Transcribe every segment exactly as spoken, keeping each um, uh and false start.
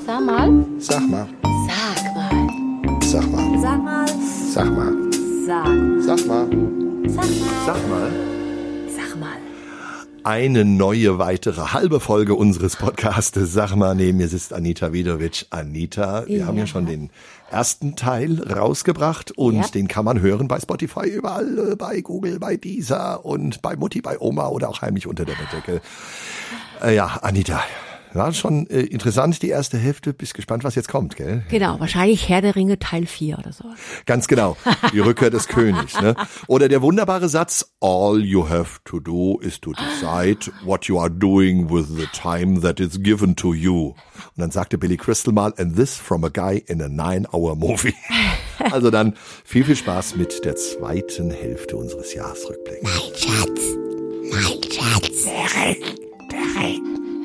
Sag mal. Sag mal. Sag mal. Sag mal. Sag mal. Sag mal. Sag. Sag mal. Sag mal. Sag mal. Sag mal. Eine neue weitere halbe Folge unseres Podcastes. Sag mal, neben mir sitzt Anita Widovic. Anita, wir Ja. haben ja schon den ersten Teil rausgebracht und Ja. den kann man hören bei Spotify, überall, bei Google, bei Deezer und bei Mutti, bei Oma oder auch heimlich unter der Bettdecke. Äh, ja, Anita, war schon äh, interessant, die erste Hälfte. Bist gespannt, was jetzt kommt, gell? Genau, wahrscheinlich Herr der Ringe Teil vier oder so. Ganz genau, die Rückkehr des Königs. Ne? Oder der wunderbare Satz, all you have to do is to decide what you are doing with the time that is given to you. Und dann sagte Billy Crystal mal, and this from a guy in a nine-hour movie. Also dann viel, viel Spaß mit der zweiten Hälfte unseres Jahresrückblicks. Mein Schatz, mein Schatz. Der Ring, der Ring.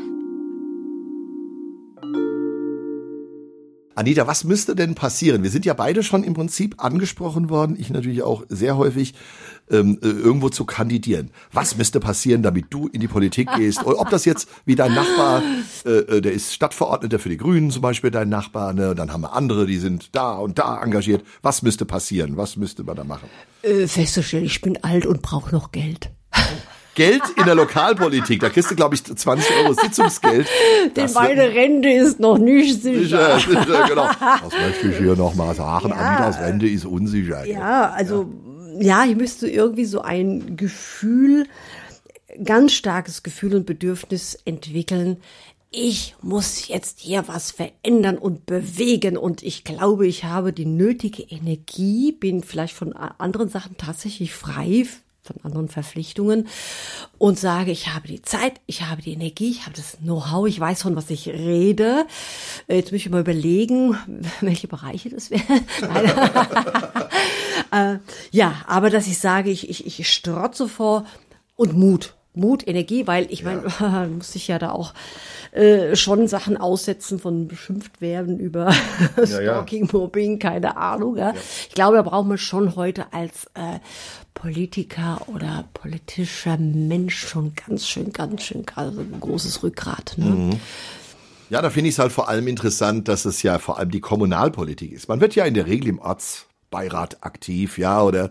Anita, was müsste denn passieren? Wir sind ja beide schon im Prinzip angesprochen worden, ich natürlich auch sehr häufig, ähm, irgendwo zu kandidieren. Was müsste passieren, damit du in die Politik gehst? Oder ob das jetzt wie dein Nachbar, äh, der ist Stadtverordneter für die Grünen zum Beispiel, dein Nachbar, ne? Dann haben wir andere, die sind da und da engagiert. Was müsste passieren? Was müsste man da machen? Äh, festzustellen, ich bin alt und brauche noch Geld. Geld in der Lokalpolitik, da kriegst du, glaube ich, zwanzig Euro Sitzungsgeld. Denn meine Rente ist noch nicht sicher. Sicher, sicher, genau. Das möchte ich hier nochmal sagen. Ja. Anitas Rente ist unsicher. Ja, also, ja, hier müsste irgendwie so ein Gefühl, ganz starkes Gefühl und Bedürfnis entwickeln. Ich muss jetzt hier was verändern und bewegen und ich glaube, ich habe die nötige Energie, bin vielleicht von anderen Sachen tatsächlich frei, von anderen Verpflichtungen und sage, ich habe die Zeit, ich habe die Energie, ich habe das Know-how, ich weiß, von was ich rede. Jetzt muss ich mal überlegen, welche Bereiche das wären. äh, ja, aber dass ich sage, ich, ich, ich strotze vor und Mut. Mut, Energie, weil ich meine, ja. muss ich ja da auch äh, schon Sachen aussetzen von beschimpft werden über ja, Stalking, Mobbing, keine Ahnung. Ja. Ja. Ich glaube, da braucht man schon heute als äh, Politiker oder politischer Mensch schon ganz schön, ganz schön, also ein großes Rückgrat. Ne? Mhm. Ja, da finde ich es halt vor allem interessant, dass es ja vor allem die Kommunalpolitik ist. Man wird ja in der Regel im Ortsbeirat aktiv, ja, oder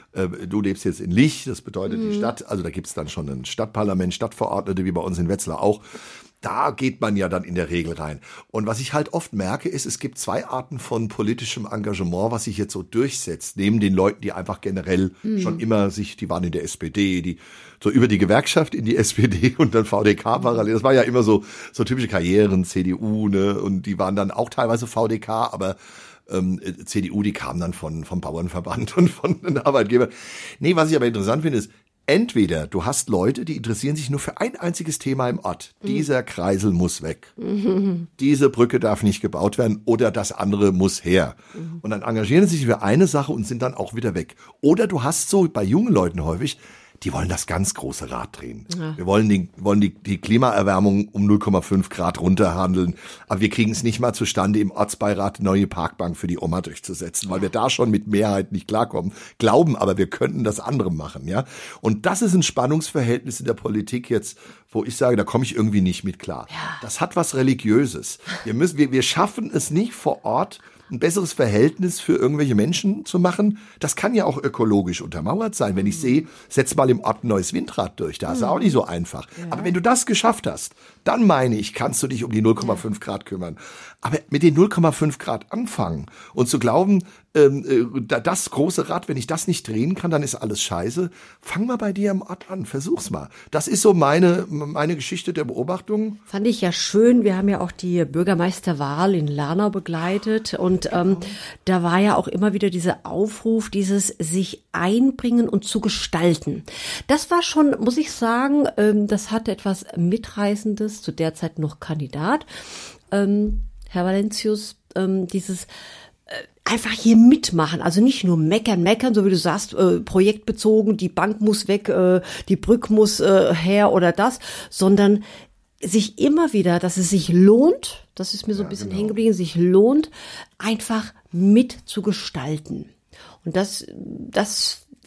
du lebst jetzt in Lich, das bedeutet mhm. die Stadt, also da gibt's dann schon ein Stadtparlament, Stadtverordnete, wie bei uns in Wetzlar auch. Da geht man ja dann in der Regel rein. Und was ich halt oft merke, ist, es gibt zwei Arten von politischem Engagement, was sich jetzt so durchsetzt, neben den Leuten, die einfach generell mhm. schon immer sich, die waren in der S P D, die so über die Gewerkschaft in die S P D und dann V D K parallel. Das war ja immer so, so typische Karrieren, C D U, ne, und die waren dann auch teilweise V D K, aber Ähm, C D U, die kam dann von vom Bauernverband und von den Arbeitgebern. Nee, was ich aber interessant finde, ist, entweder du hast Leute, die interessieren sich nur für ein einziges Thema im Ort. Mhm. Dieser Kreisel muss weg. Mhm. Diese Brücke darf nicht gebaut werden oder das andere muss her. Mhm. Und dann engagieren sie sich für eine Sache und sind dann auch wieder weg. Oder du hast so bei jungen Leuten häufig, die wollen das ganz große Rad drehen. Ja. Wir wollen die, wollen die, die Klimaerwärmung um null Komma fünf Grad runterhandeln. Aber wir kriegen es nicht mal zustande, im Ortsbeirat eine neue Parkbank für die Oma durchzusetzen, weil wir da schon mit Mehrheit nicht klarkommen. Glauben aber, wir könnten das andere machen, ja. Und das ist ein Spannungsverhältnis in der Politik jetzt, wo ich sage, da komme ich irgendwie nicht mit klar. Ja. Das hat was Religiöses. Wir müssen, wir, wir schaffen es nicht vor Ort, ein besseres Verhältnis für irgendwelche Menschen zu machen. Das kann ja auch ökologisch untermauert sein. Wenn ich sehe, setz mal im Ort ein neues Windrad durch. Da ist es auch nicht so einfach. Ja. Aber wenn du das geschafft hast, dann meine ich, kannst du dich um die null Komma fünf Grad kümmern. Aber mit den null Komma fünf Grad anfangen und zu glauben, ähm, das große Rad, wenn ich das nicht drehen kann, dann ist alles scheiße. Fang mal bei dir im Ort an, versuch's mal. Das ist so meine, meine Geschichte der Beobachtung. Fand ich ja schön. Wir haben ja auch die Bürgermeisterwahl in Lernau begleitet und ähm, da war ja auch immer wieder dieser Aufruf, dieses sich einbringen und zu gestalten. Das war schon, muss ich sagen, ähm, das hatte etwas Mitreißendes, zu der Zeit noch Kandidat, ähm, Herr Valentius, ähm, dieses einfach hier mitmachen, also nicht nur meckern, meckern, so wie du sagst, äh, projektbezogen, die Bank muss weg, äh, die Brücke muss äh, her oder das, sondern sich immer wieder, dass es sich lohnt, das ist mir so ein bisschen ja, genau. hängen geblieben, sich lohnt, einfach mit zu gestalten. Und das, das, wenn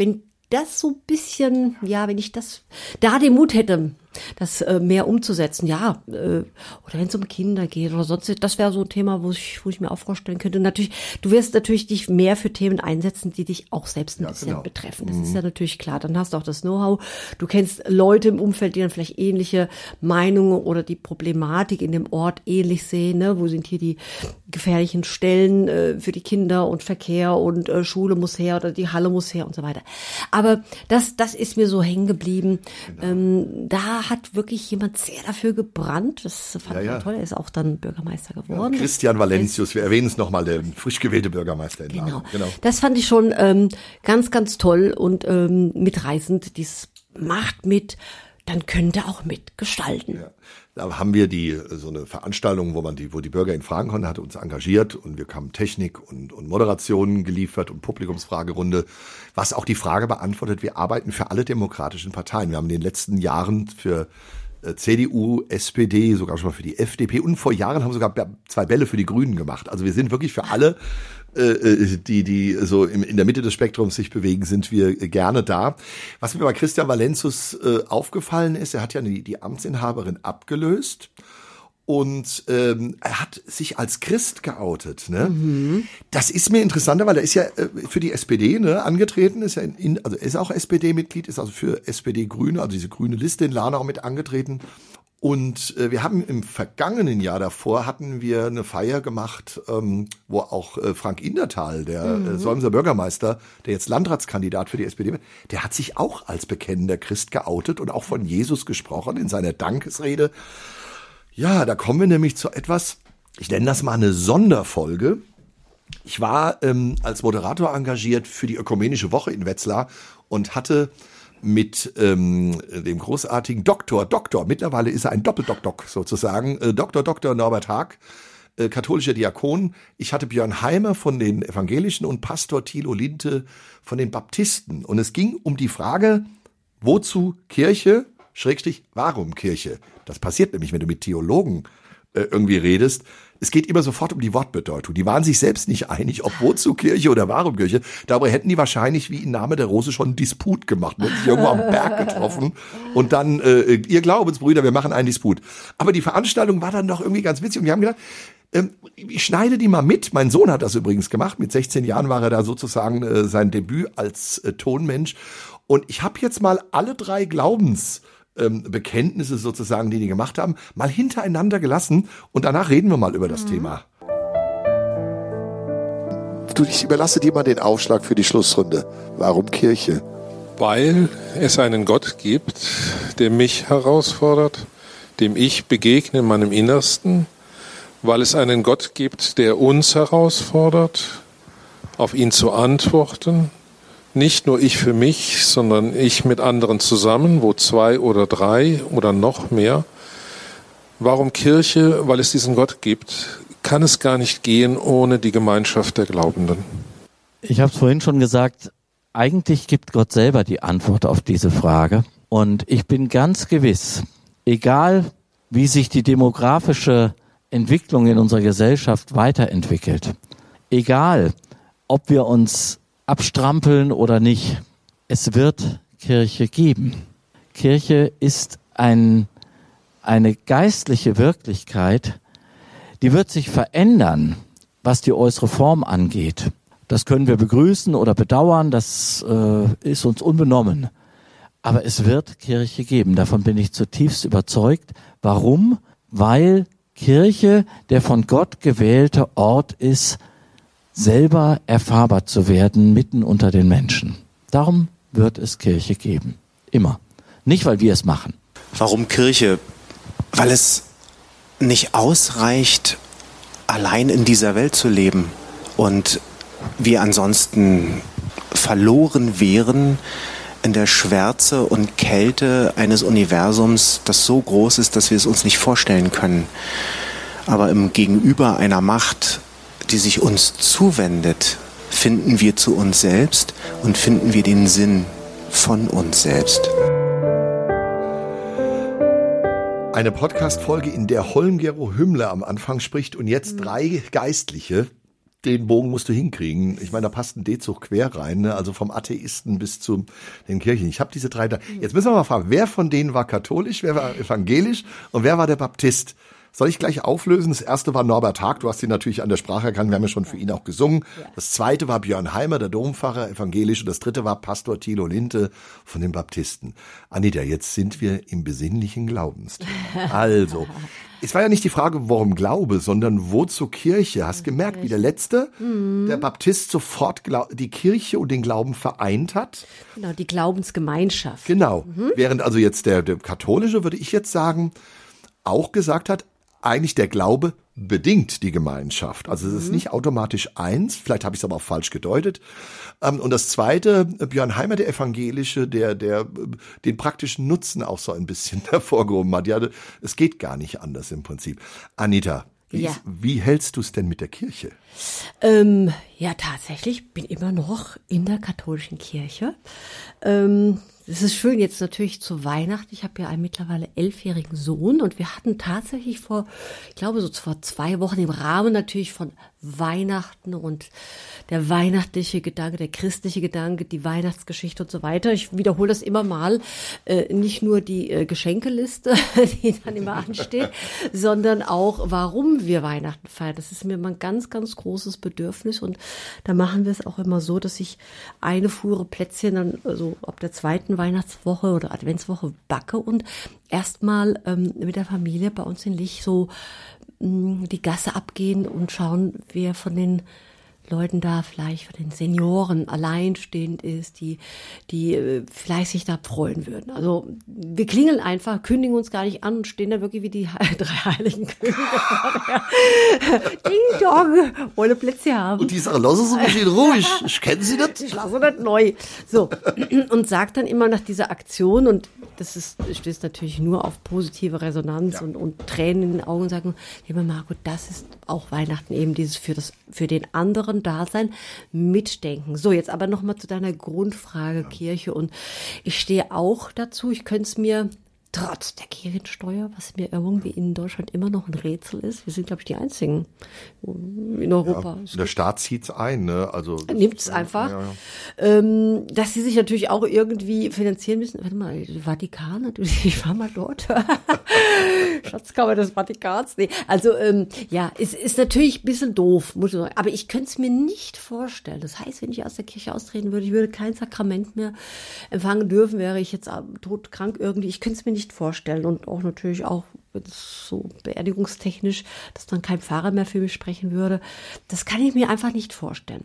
das so ein bisschen, ja, wenn ich das, da den Mut hätte, das äh, mehr umzusetzen, ja, äh, oder wenn es um Kinder geht oder sonst, das wäre so ein Thema, wo ich, wo ich mir auch vorstellen könnte. Natürlich, du wirst natürlich dich mehr für Themen einsetzen, die dich auch selbst ein ja, bisschen genau. betreffen. Das mhm. ist ja natürlich klar. Dann hast du auch das Know-how. Du kennst Leute im Umfeld, die dann vielleicht ähnliche Meinungen oder die Problematik in dem Ort ähnlich sehen. Ne? Wo sind hier die gefährlichen Stellen äh, für die Kinder und Verkehr und äh, Schule muss her oder die Halle muss her und so weiter. Aber das, das ist mir so hängen geblieben. Genau. Ähm, da hat wirklich jemand sehr dafür gebrannt. Das fand ja, ich ja. toll. Er ist auch dann Bürgermeister geworden. Ja, Christian Valentius, wir erwähnen es nochmal, der frisch gewählte Bürgermeister in genau. genau. Das fand ich schon ähm, ganz, ganz toll und ähm, mitreißend. Dies macht mit, dann könnt ihr auch mitgestalten. Ja. Da haben wir die so eine Veranstaltung, wo man die, wo die Bürger ihn fragen konnten, hat uns engagiert und wir haben Technik und, und Moderationen geliefert und Publikumsfragerunde, was auch die Frage beantwortet, wir arbeiten für alle demokratischen Parteien. Wir haben in den letzten Jahren für C D U, S P D, sogar schon mal für die F D P und vor Jahren haben wir sogar zwei Bälle für die Grünen gemacht. Also wir sind wirklich für alle, äh, die die so in, in der Mitte des Spektrums sich bewegen, sind wir gerne da. Was mir bei Christian Valentius äh, aufgefallen ist, er hat ja die, die Amtsinhaberin abgelöst. Und ähm, er hat sich als Christ geoutet. Ne? Mhm. Das ist mir interessanter, weil er ist ja äh, für die S P D ne, angetreten, ist ja in, in, also er ist auch S P D-Mitglied, ist also für S P D Grüne, also diese grüne Liste in Lahnau mit angetreten. Und äh, wir haben im vergangenen Jahr davor hatten wir eine Feier gemacht, ähm, wo auch äh, Frank Indertal, der mhm. äh, Solmser Bürgermeister, der jetzt Landratskandidat für die S P D wird, der hat sich auch als bekennender Christ geoutet und auch von Jesus gesprochen in seiner Dankesrede. Ja, da kommen wir nämlich zu etwas, ich nenne das mal eine Sonderfolge. Ich war ähm, als Moderator engagiert für die Ökumenische Woche in Wetzlar und hatte mit ähm, dem großartigen Doktor, Doktor, mittlerweile ist er ein Doppeldoktor sozusagen, äh, Doktor Doktor Norbert Haag, äh, katholischer Diakon. Ich hatte Björn Heimer von den Evangelischen und Pastor Thilo Linte von den Baptisten. Und es ging um die Frage, wozu Kirche, Schrägstrich, warum Kirche? Das passiert nämlich, wenn du mit Theologen äh, irgendwie redest. Es geht immer sofort um die Wortbedeutung. Die waren sich selbst nicht einig, ob wozu Kirche oder warum Kirche. Dabei hätten die wahrscheinlich wie in Name der Rose schon einen Disput gemacht. Man hätte sich irgendwo am Berg getroffen und dann, äh, ihr Glaubensbrüder, wir machen einen Disput. Aber die Veranstaltung war dann doch irgendwie ganz witzig und wir haben gedacht, ähm, ich schneide die mal mit. Mein Sohn hat das übrigens gemacht. Mit sechzehn Jahren war er da sozusagen äh, sein Debüt als äh, Tonmensch. Und ich habe jetzt mal alle drei Glaubens Ähm, Bekenntnisse sozusagen, die die gemacht haben, mal hintereinander gelassen und danach reden wir mal über das mhm. Thema. Du, ich überlasse dir mal den Aufschlag für die Schlussrunde. Warum Kirche? Weil es einen Gott gibt, der mich herausfordert, dem ich begegne in meinem Innersten, weil es einen Gott gibt, der uns herausfordert, auf ihn zu antworten. Nicht nur ich für mich, sondern ich mit anderen zusammen, wo zwei oder drei oder noch mehr. Warum Kirche? Weil es diesen Gott gibt, kann es gar nicht gehen ohne die Gemeinschaft der Glaubenden. Ich habe es vorhin schon gesagt, eigentlich gibt Gott selber die Antwort auf diese Frage. Und ich bin ganz gewiss, egal wie sich die demografische Entwicklung in unserer Gesellschaft weiterentwickelt, egal ob wir uns abstrampeln oder nicht, es wird Kirche geben. Kirche ist ein, eine geistliche Wirklichkeit, die wird sich verändern, was die äußere Form angeht. Das können wir begrüßen oder bedauern, das äh, ist uns unbenommen. Aber es wird Kirche geben, davon bin ich zutiefst überzeugt. Warum? Weil Kirche der von Gott gewählte Ort ist, selber erfahrbar zu werden mitten unter den Menschen. Darum wird es Kirche geben. Immer. Nicht, weil wir es machen. Warum Kirche? Weil es nicht ausreicht, allein in dieser Welt zu leben und wir ansonsten verloren wären in der Schwärze und Kälte eines Universums, das so groß ist, dass wir es uns nicht vorstellen können. Aber im Gegenüber einer Macht, die sich uns zuwendet, finden wir zu uns selbst und finden wir den Sinn von uns selbst. Eine Podcast-Folge, in der Holmgero Hümmler am Anfang spricht und jetzt drei Geistliche, den Bogen musst du hinkriegen. Ich meine, da passt ein D-Zug quer rein, ne? Also vom Atheisten bis zu den Kirchen. Ich habe diese drei da. Jetzt müssen wir mal fragen, wer von denen war katholisch, wer war evangelisch und wer war der Baptist? Soll ich gleich auflösen? Das erste war Norbert Haag, du hast ihn natürlich an der Sprache erkannt, wir haben ja schon für ihn auch gesungen. Das zweite war Björn Heimer, der Dompfarrer, evangelisch. Und das dritte war Pastor Thilo Linte von den Baptisten. Anita, jetzt sind wir im besinnlichen Glaubensthema. Also, es war ja nicht die Frage, warum Glaube, sondern wozu Kirche. Hast gemerkt, wie der Letzte, mhm. der Baptist, sofort die Kirche und den Glauben vereint hat? Genau, die Glaubensgemeinschaft. Genau, mhm. während also jetzt der, der Katholische, würde ich jetzt sagen, auch gesagt hat, eigentlich der Glaube bedingt die Gemeinschaft. Also es ist nicht automatisch eins, vielleicht habe ich es aber auch falsch gedeutet. Und das Zweite, Björn Heimer, der Evangelische, der der den praktischen Nutzen auch so ein bisschen hervorgehoben hat. Ja, es geht gar nicht anders im Prinzip. Anita, wie, ja. ist, wie hältst du es denn mit der Kirche? Ähm, ja, tatsächlich bin immer noch in der katholischen Kirche. Ähm, Es ist schön jetzt natürlich zu Weihnachten. Ich habe ja einen mittlerweile elfjährigen Sohn und wir hatten tatsächlich vor, ich glaube so vor zwei Wochen im Rahmen natürlich von Weihnachten und der weihnachtliche Gedanke, der christliche Gedanke, die Weihnachtsgeschichte und so weiter. Ich wiederhole das immer mal, äh, nicht nur die äh, Geschenkeliste, die dann immer ansteht, sondern auch, warum wir Weihnachten feiern. Das ist mir immer ein ganz, ganz großes Bedürfnis und da machen wir es auch immer so, dass ich eine Fuhre Plätzchen dann so ab der zweiten Weihnachtswoche oder Adventswoche backe und erstmal ähm, mit der Familie bei uns in Lich so mh, die Gasse abgehen und schauen, wer von den Leuten da vielleicht, von den Senioren alleinstehend ist, die die äh, vielleicht sich da freuen würden. Also wir klingeln einfach, kündigen uns gar nicht an und stehen da wirklich wie die drei heiligen Könige vorher. Ding Dong, wollen Plätze haben. Und die sagen, lassen Sie mich in Ruhe, ich, ich kenne Sie nicht. Ich lasse nicht neu. So, und sagt dann immer nach dieser Aktion, und das ist, stößt natürlich nur auf positive Resonanz ja. und, und Tränen in den Augen und sagen, lieber Marco, das ist auch Weihnachten eben dieses für das, für den anderen Dasein mitdenken. So, jetzt aber nochmal zu deiner Grundfrage ja. Kirche, und ich stehe auch dazu, ich könnte es mir trotz der Kirchensteuer, was mir irgendwie in Deutschland immer noch ein Rätsel ist, wir sind, glaube ich, die Einzigen in Europa. Ja, der Staat zieht es ein, ne? Also nimmt es einfach. Ja, ja. Ähm, dass sie sich natürlich auch irgendwie finanzieren müssen. Warte mal, Vatikan natürlich, ich war mal dort. Schatzkammer des Vatikans. Nee, also ähm, ja, es ist natürlich ein bisschen doof, muss ich sagen. Aber ich könnte es mir nicht vorstellen. Das heißt, wenn ich aus der Kirche austreten würde, ich würde kein Sakrament mehr empfangen dürfen, wäre ich jetzt todkrank irgendwie. Ich könnte es mir nicht vorstellen, und auch natürlich auch so beerdigungstechnisch, dass dann kein Pfarrer mehr für mich sprechen würde. Das kann ich mir einfach nicht vorstellen.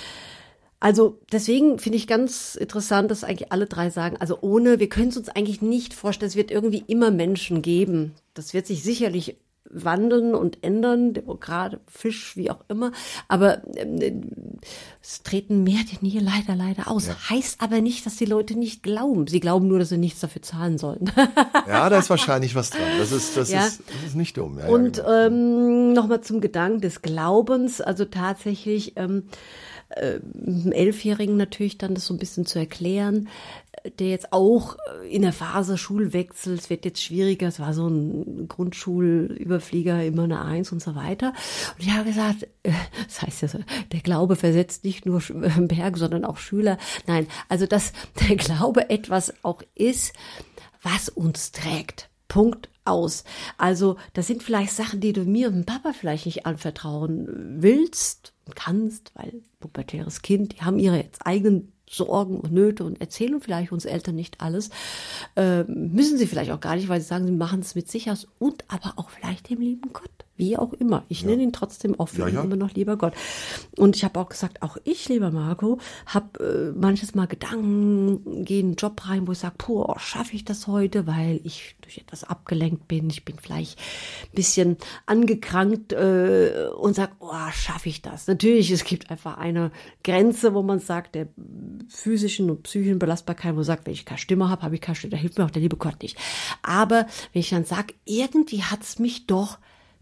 Also deswegen finde ich ganz interessant, dass eigentlich alle drei sagen, also ohne, wir können es uns eigentlich nicht vorstellen, es wird irgendwie immer Menschen geben. Das wird sich sicherlich wandeln und ändern, gerade Fisch, wie auch immer, aber äh, es treten mehr denn je leider, leider aus. Ja. Heißt aber nicht, dass die Leute nicht glauben. Sie glauben nur, dass sie nichts dafür zahlen sollen. Ja, da ist wahrscheinlich was dran. Das ist, das ja. ist, das ist nicht dumm. Ja, und ja, genau. ähm, nochmal zum Gedanken des Glaubens, also tatsächlich ähm, äh, einem Elfjährigen natürlich dann das so ein bisschen zu erklären, der jetzt auch in der Phase Schulwechsel, es wird jetzt schwieriger, es war so ein Grundschulüberflieger, immer eine Eins und so weiter. Und ich habe gesagt, das heißt ja so, der Glaube versetzt nicht nur Berge, sondern auch Schüler. Nein, also dass der Glaube etwas auch ist, was uns trägt. Punkt aus. Also das sind vielleicht Sachen, die du mir und dem Papa vielleicht nicht anvertrauen willst und kannst, weil pubertäres Kind, die haben ihre jetzt eigenen Sorgen und Nöte und erzählen vielleicht uns Eltern nicht alles. Äh, müssen sie vielleicht auch gar nicht, weil sie sagen, sie machen es mit sich aus, und aber auch vielleicht dem lieben Gott. Wie auch immer. Ich ja. nenne ihn trotzdem auch für ja, ihn ja. immer noch lieber Gott. Und ich habe auch gesagt, auch ich, lieber Marco, habe äh, manches Mal Gedanken, gehe in einen Job rein, wo ich sage, puh, oh, schaffe ich das heute, weil ich durch etwas abgelenkt bin. Ich bin vielleicht ein bisschen angekrankt äh, und sage, oh, schaffe ich das? Natürlich, es gibt einfach eine Grenze, wo man sagt, der physischen und psychischen Belastbarkeit, wo man sagt, wenn ich keine Stimme habe, habe ich keine Stimme, da hilft mir auch der liebe Gott nicht. Aber wenn ich dann sage, irgendwie hat es mich doch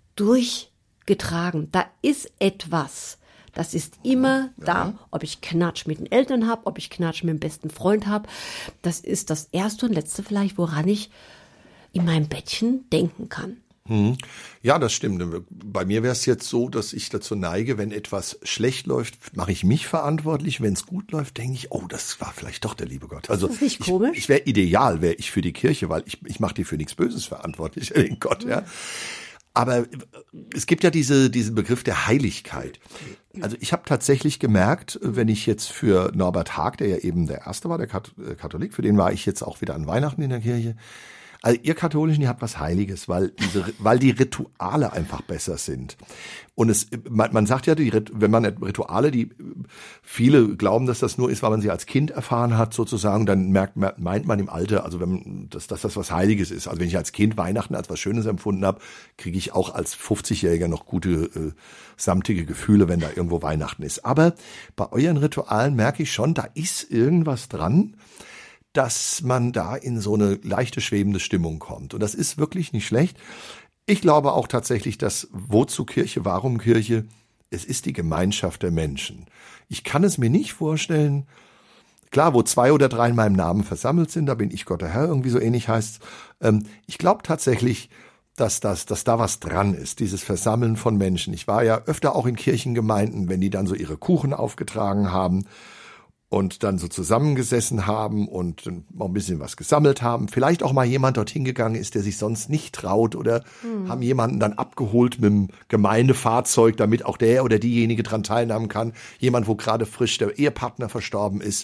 durchgetragen. Da ist etwas. Das ist immer ja. da. Ob ich Knatsch mit den Eltern habe, ob ich Knatsch mit dem besten Freund habe. Das ist das erste und letzte vielleicht, woran ich in meinem Bettchen denken kann. Hm. Ja, das stimmt. Bei mir wäre es jetzt so, dass ich dazu neige, wenn etwas schlecht läuft, mache ich mich verantwortlich. Wenn es gut läuft, denke ich, oh, das war vielleicht doch der liebe Gott. Also ist das nicht ich, komisch? Ich wäre ideal, wäre ich für die Kirche, weil ich, ich mache die für nichts Böses verantwortlich, den Gott, ja. Aber es gibt ja diese, diesen Begriff der Heiligkeit. Also ich habe tatsächlich gemerkt, wenn ich jetzt für Norbert Haag, der ja eben der Erste war, der Katholik, für den war ich jetzt auch wieder an Weihnachten in der Kirche. Also ihr Katholischen, ihr habt was Heiliges, weil diese, weil die Rituale einfach besser sind. Und es, man, man sagt ja, die, wenn man Rituale, die viele glauben, dass das nur ist, weil man sie als Kind erfahren hat, sozusagen, dann merkt, meint man im Alter, also wenn, dass, dass das was Heiliges ist. Also wenn ich als Kind Weihnachten als was Schönes empfunden habe, kriege ich auch als fünfzigjähriger noch gute, äh, samtige Gefühle, wenn da irgendwo Weihnachten ist. Aber bei euren Ritualen merke ich schon, da ist irgendwas dran, dass man da in so eine leichte schwebende Stimmung kommt. Und das ist wirklich nicht schlecht. Ich glaube auch tatsächlich, dass wozu Kirche, warum Kirche? Es ist die Gemeinschaft der Menschen. Ich kann es mir nicht vorstellen, klar, wo zwei oder drei in meinem Namen versammelt sind, da bin ich Gott der Herr, irgendwie so ähnlich heißt es. Ich glaube tatsächlich, dass, das, dass da was dran ist, dieses Versammeln von Menschen. Ich war ja öfter auch in Kirchengemeinden, wenn die dann so ihre Kuchen aufgetragen haben und dann so zusammengesessen haben und mal ein bisschen was gesammelt haben. Vielleicht auch mal jemand dorthin gegangen ist, der sich sonst nicht traut oder mhm. haben jemanden dann abgeholt mit dem Gemeindefahrzeug, damit auch der oder diejenige dran teilnehmen kann. Jemand, wo gerade frisch der Ehepartner verstorben ist.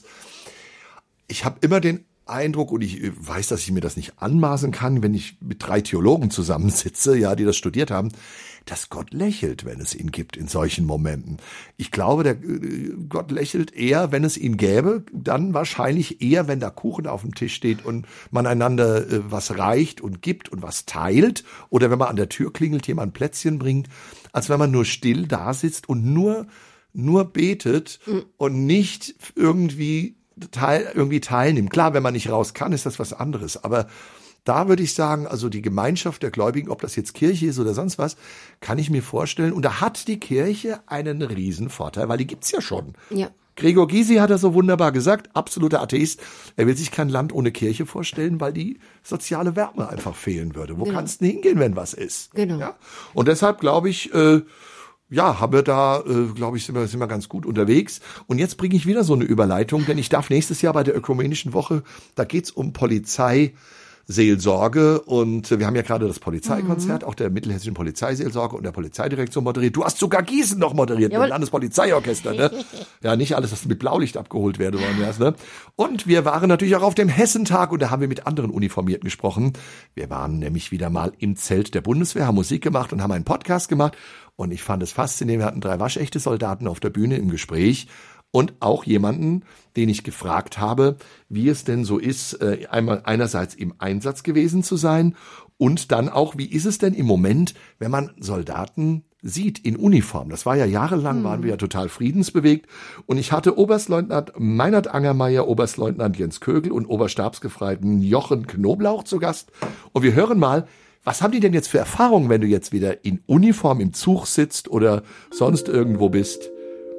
Ich habe immer den Eindruck, und ich weiß, dass ich mir das nicht anmaßen kann, wenn ich mit drei Theologen zusammensitze, ja, die das studiert haben, dass Gott lächelt, wenn es ihn gibt in solchen Momenten. Ich glaube, der Gott lächelt eher, wenn es ihn gäbe, dann wahrscheinlich eher, wenn da Kuchen auf dem Tisch steht und man einander äh, was reicht und gibt und was teilt, oder wenn man an der Tür klingelt, jemand Plätzchen bringt, als wenn man nur still da sitzt und nur nur betet mhm. und nicht irgendwie teil, irgendwie teilnimmt. Klar, wenn man nicht raus kann, ist das was anderes, aber da würde ich sagen, also die Gemeinschaft der Gläubigen, ob das jetzt Kirche ist oder sonst was, kann ich mir vorstellen. Und da hat die Kirche einen riesen Vorteil, weil die gibt's ja schon. Ja. Gregor Gysi hat das so wunderbar gesagt, absoluter Atheist. Er will sich kein Land ohne Kirche vorstellen, weil die soziale Wärme einfach fehlen würde. Wo genau. kannst du hingehen, wenn was ist? Genau. Ja? Und deshalb glaube ich, äh, ja, haben wir da, äh, glaube ich, sind wir, sind wir ganz gut unterwegs. Und jetzt bringe ich wieder so eine Überleitung, denn ich darf nächstes Jahr bei der Ökumenischen Woche, da geht's um Polizei, Seelsorge, und wir haben ja gerade das Polizeikonzert, mhm. auch der mittelhessischen Polizeiseelsorge und der Polizeidirektion moderiert. Du hast sogar Gießen noch moderiert, im Landespolizeiorchester, ne? Ja, nicht alles, dass du mit Blaulicht abgeholt werden worden wärst, ne? Und wir waren natürlich auch auf dem Hessentag, und da haben wir mit anderen Uniformierten gesprochen. Wir waren nämlich wieder mal im Zelt der Bundeswehr, haben Musik gemacht und haben einen Podcast gemacht, und ich fand es faszinierend. Wir hatten drei waschechte Soldaten auf der Bühne im Gespräch. Und auch jemanden, den ich gefragt habe, wie es denn so ist, äh, einmal einerseits im Einsatz gewesen zu sein und dann auch, wie ist es denn im Moment, wenn man Soldaten sieht in Uniform. Das war ja jahrelang, mhm. waren wir ja total friedensbewegt. Und ich hatte Oberstleutnant Meinert Angermeier, Oberstleutnant Jens Kögel und Oberstabsgefreiten Jochen Knoblauch zu Gast. Und wir hören mal, was haben die denn jetzt für Erfahrungen, wenn du jetzt wieder in Uniform im Zug sitzt oder sonst irgendwo bist?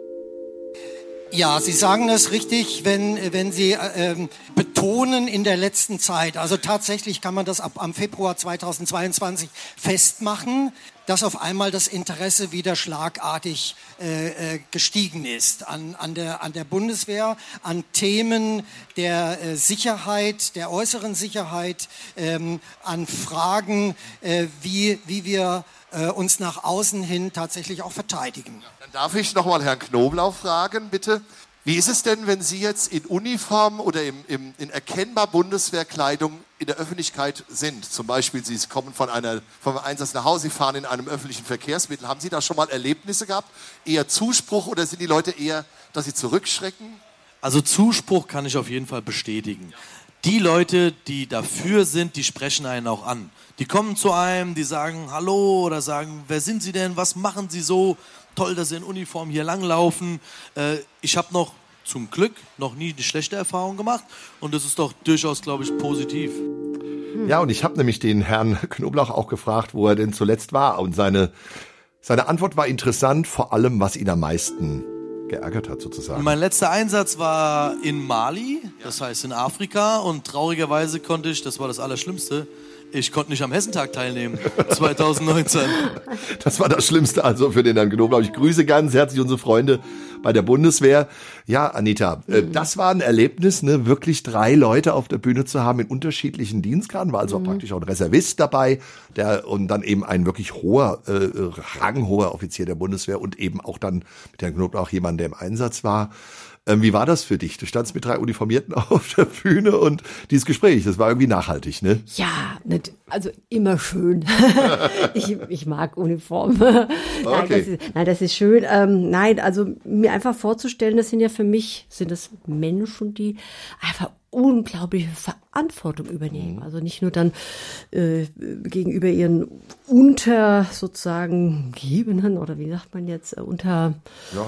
Ja, Sie sagen das richtig, wenn, wenn Sie ähm, betonen in der letzten Zeit. Also tatsächlich kann man das ab am Februar zweitausendzweiundzwanzig festmachen, dass auf einmal das Interesse wieder schlagartig äh, äh, gestiegen ist an, an, der, an der Bundeswehr, an Themen der äh, Sicherheit, der äußeren Sicherheit, ähm, an Fragen, äh, wie, wie wir äh, uns nach außen hin tatsächlich auch verteidigen. Dann darf ich nochmal Herrn Knoblauch fragen, bitte. Wie ist es denn, wenn Sie jetzt in Uniform oder im, im, in erkennbar Bundeswehrkleidung in der Öffentlichkeit sind? Zum Beispiel, Sie kommen von einer, vom Einsatz nach Hause, Sie fahren in einem öffentlichen Verkehrsmittel. Haben Sie da schon mal Erlebnisse gehabt? Eher Zuspruch, oder sind die Leute eher, dass sie zurückschrecken? Also Zuspruch kann ich auf jeden Fall bestätigen. Die Leute, die dafür sind, die sprechen einen auch an. Die kommen zu einem, die sagen Hallo oder sagen, wer sind Sie denn, was machen Sie so? Toll, dass Sie in Uniform hier langlaufen. Äh, ich habe noch zum Glück noch nie eine schlechte Erfahrung gemacht, und das ist doch durchaus, glaube ich, positiv. Ja, und ich habe nämlich den Herrn Knoblauch auch gefragt, wo er denn zuletzt war, und seine, seine Antwort war interessant, vor allem, was ihn am meisten geärgert hat, sozusagen. Mein letzter Einsatz war in Mali, das heißt in Afrika, und traurigerweise konnte ich, das war das Allerschlimmste, Ich konnte nicht am Hessentag teilnehmen, zwanzig neunzehn. Das war das Schlimmste also für den Herrn Knobloch. Ich grüße ganz herzlich unsere Freunde bei der Bundeswehr. Ja, Anita, mhm. äh, das war ein Erlebnis, ne, wirklich drei Leute auf der Bühne zu haben in unterschiedlichen Dienstgraden. War also mhm. auch praktisch auch ein Reservist dabei, der und dann eben ein wirklich hoher, äh, ranghoher Offizier der Bundeswehr und eben auch dann mit Herrn Knobloch jemand, der im Einsatz war. Wie war das für dich? Du standst mit drei Uniformierten auf der Bühne und dieses Gespräch, das war irgendwie nachhaltig, ne? Ja, nicht, also immer schön. ich, ich mag Uniformen. Nein, okay. das ist, nein, das ist schön. Ähm, nein, also mir einfach vorzustellen, das sind ja für mich, sind das Menschen, die einfach unglaubliche Verantwortung übernehmen. Mhm. Also nicht nur dann äh, gegenüber ihren unter sozusagen Gebenen oder wie sagt man jetzt, äh, unter ja,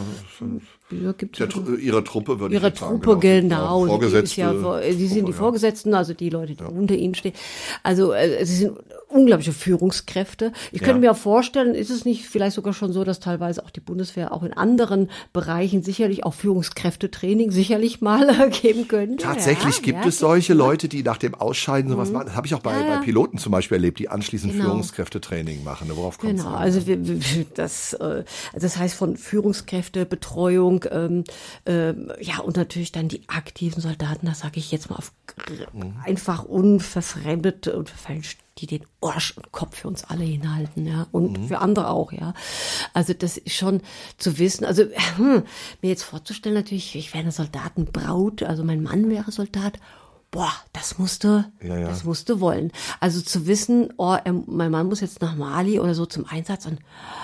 ja, gibt's der, so, ihrer Truppe würde ich ihrer sagen. Truppe, genau. genau. Vorgesetzte. Ja, die sind die ja. Vorgesetzten, also die Leute, die ja. unter ihnen stehen. Also äh, sie sind unglaubliche Führungskräfte. Ich könnte ja. mir auch vorstellen, ist es nicht vielleicht sogar schon so, dass teilweise auch die Bundeswehr auch in anderen Bereichen sicherlich auch Führungskräftetraining sicherlich mal äh, geben könnte. Tatsächlich ja, gibt ja, es solche Leute, die nach dem Ausscheiden sowas mhm. machen. Das habe ich auch bei, ja, ja. bei Piloten zum Beispiel erlebt, die anschließend genau. Führungskräftetraining machen. Worauf kommt es Genau, an? also wir, wir, das, äh, das heißt von Führungskräftebetreuung, ähm, ähm, ja und natürlich dann die aktiven Soldaten, das sage ich jetzt mal auf mhm. einfach unverfremdet und verfälscht, die den Arsch und Kopf für uns alle hinhalten, ja, und mhm. für andere auch, ja. Also das ist schon zu wissen, also hm, mir jetzt vorzustellen natürlich, ich wäre eine Soldatenbraut, also mein Mann wäre Soldat, boah, das musste, ja, ja. das musste wollen. Also zu wissen, oh, er, mein Mann muss jetzt nach Mali oder so zum Einsatz und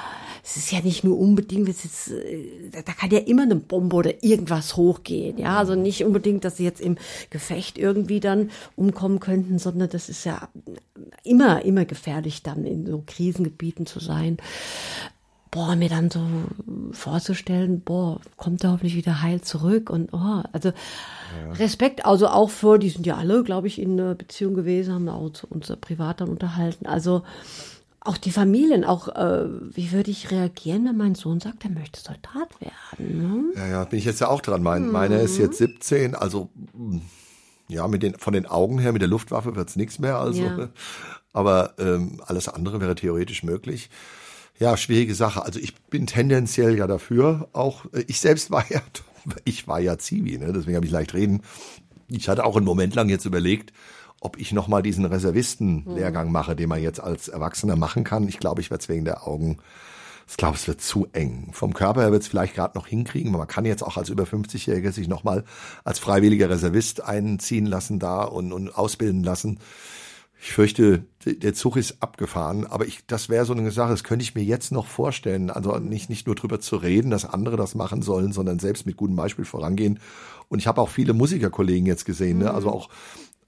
es ist ja nicht nur unbedingt, es ist, da kann ja immer eine Bombe oder irgendwas hochgehen, ja, also nicht unbedingt, dass sie jetzt im Gefecht irgendwie dann umkommen könnten, sondern das ist ja immer, immer gefährlich dann in so Krisengebieten zu sein. Boah, mir dann so vorzustellen, boah, kommt er hoffentlich wieder heil zurück und oh, also ja. Respekt, also auch für, die sind ja alle, glaube ich, in einer Beziehung gewesen, haben auch uns privat dann unterhalten, also auch die Familien, auch äh, wie würde ich reagieren, wenn mein Sohn sagt, er möchte Soldat werden? Ne? Ja, ja, bin ich jetzt ja auch dran. Mein, mhm. Meiner ist jetzt siebzehn, also ja, mit den von den Augen her, mit der Luftwaffe wird's nichts mehr, also. Ja. Aber ähm, alles andere wäre theoretisch möglich. Ja, schwierige Sache. Also ich bin tendenziell ja dafür. Auch ich selbst war ja, ich war ja Zivi, ne? Deswegen habe ich leicht reden. Ich hatte auch einen Moment lang jetzt überlegt, ob ich nochmal diesen Reservistenlehrgang mache, den man jetzt als Erwachsener machen kann. Ich glaube, ich werde es wegen der Augen, ich glaube, es wird zu eng. Vom Körper her wird es vielleicht gerade noch hinkriegen, aber man kann jetzt auch als über fünfzigjähriger sich nochmal als freiwilliger Reservist einziehen lassen da und, und ausbilden lassen. Ich fürchte, der Zug ist abgefahren, aber ich, das wäre so eine Sache, das könnte ich mir jetzt noch vorstellen. Also nicht, nicht nur drüber zu reden, dass andere das machen sollen, sondern selbst mit gutem Beispiel vorangehen. Und ich habe auch viele Musikerkollegen jetzt gesehen, ne? Also auch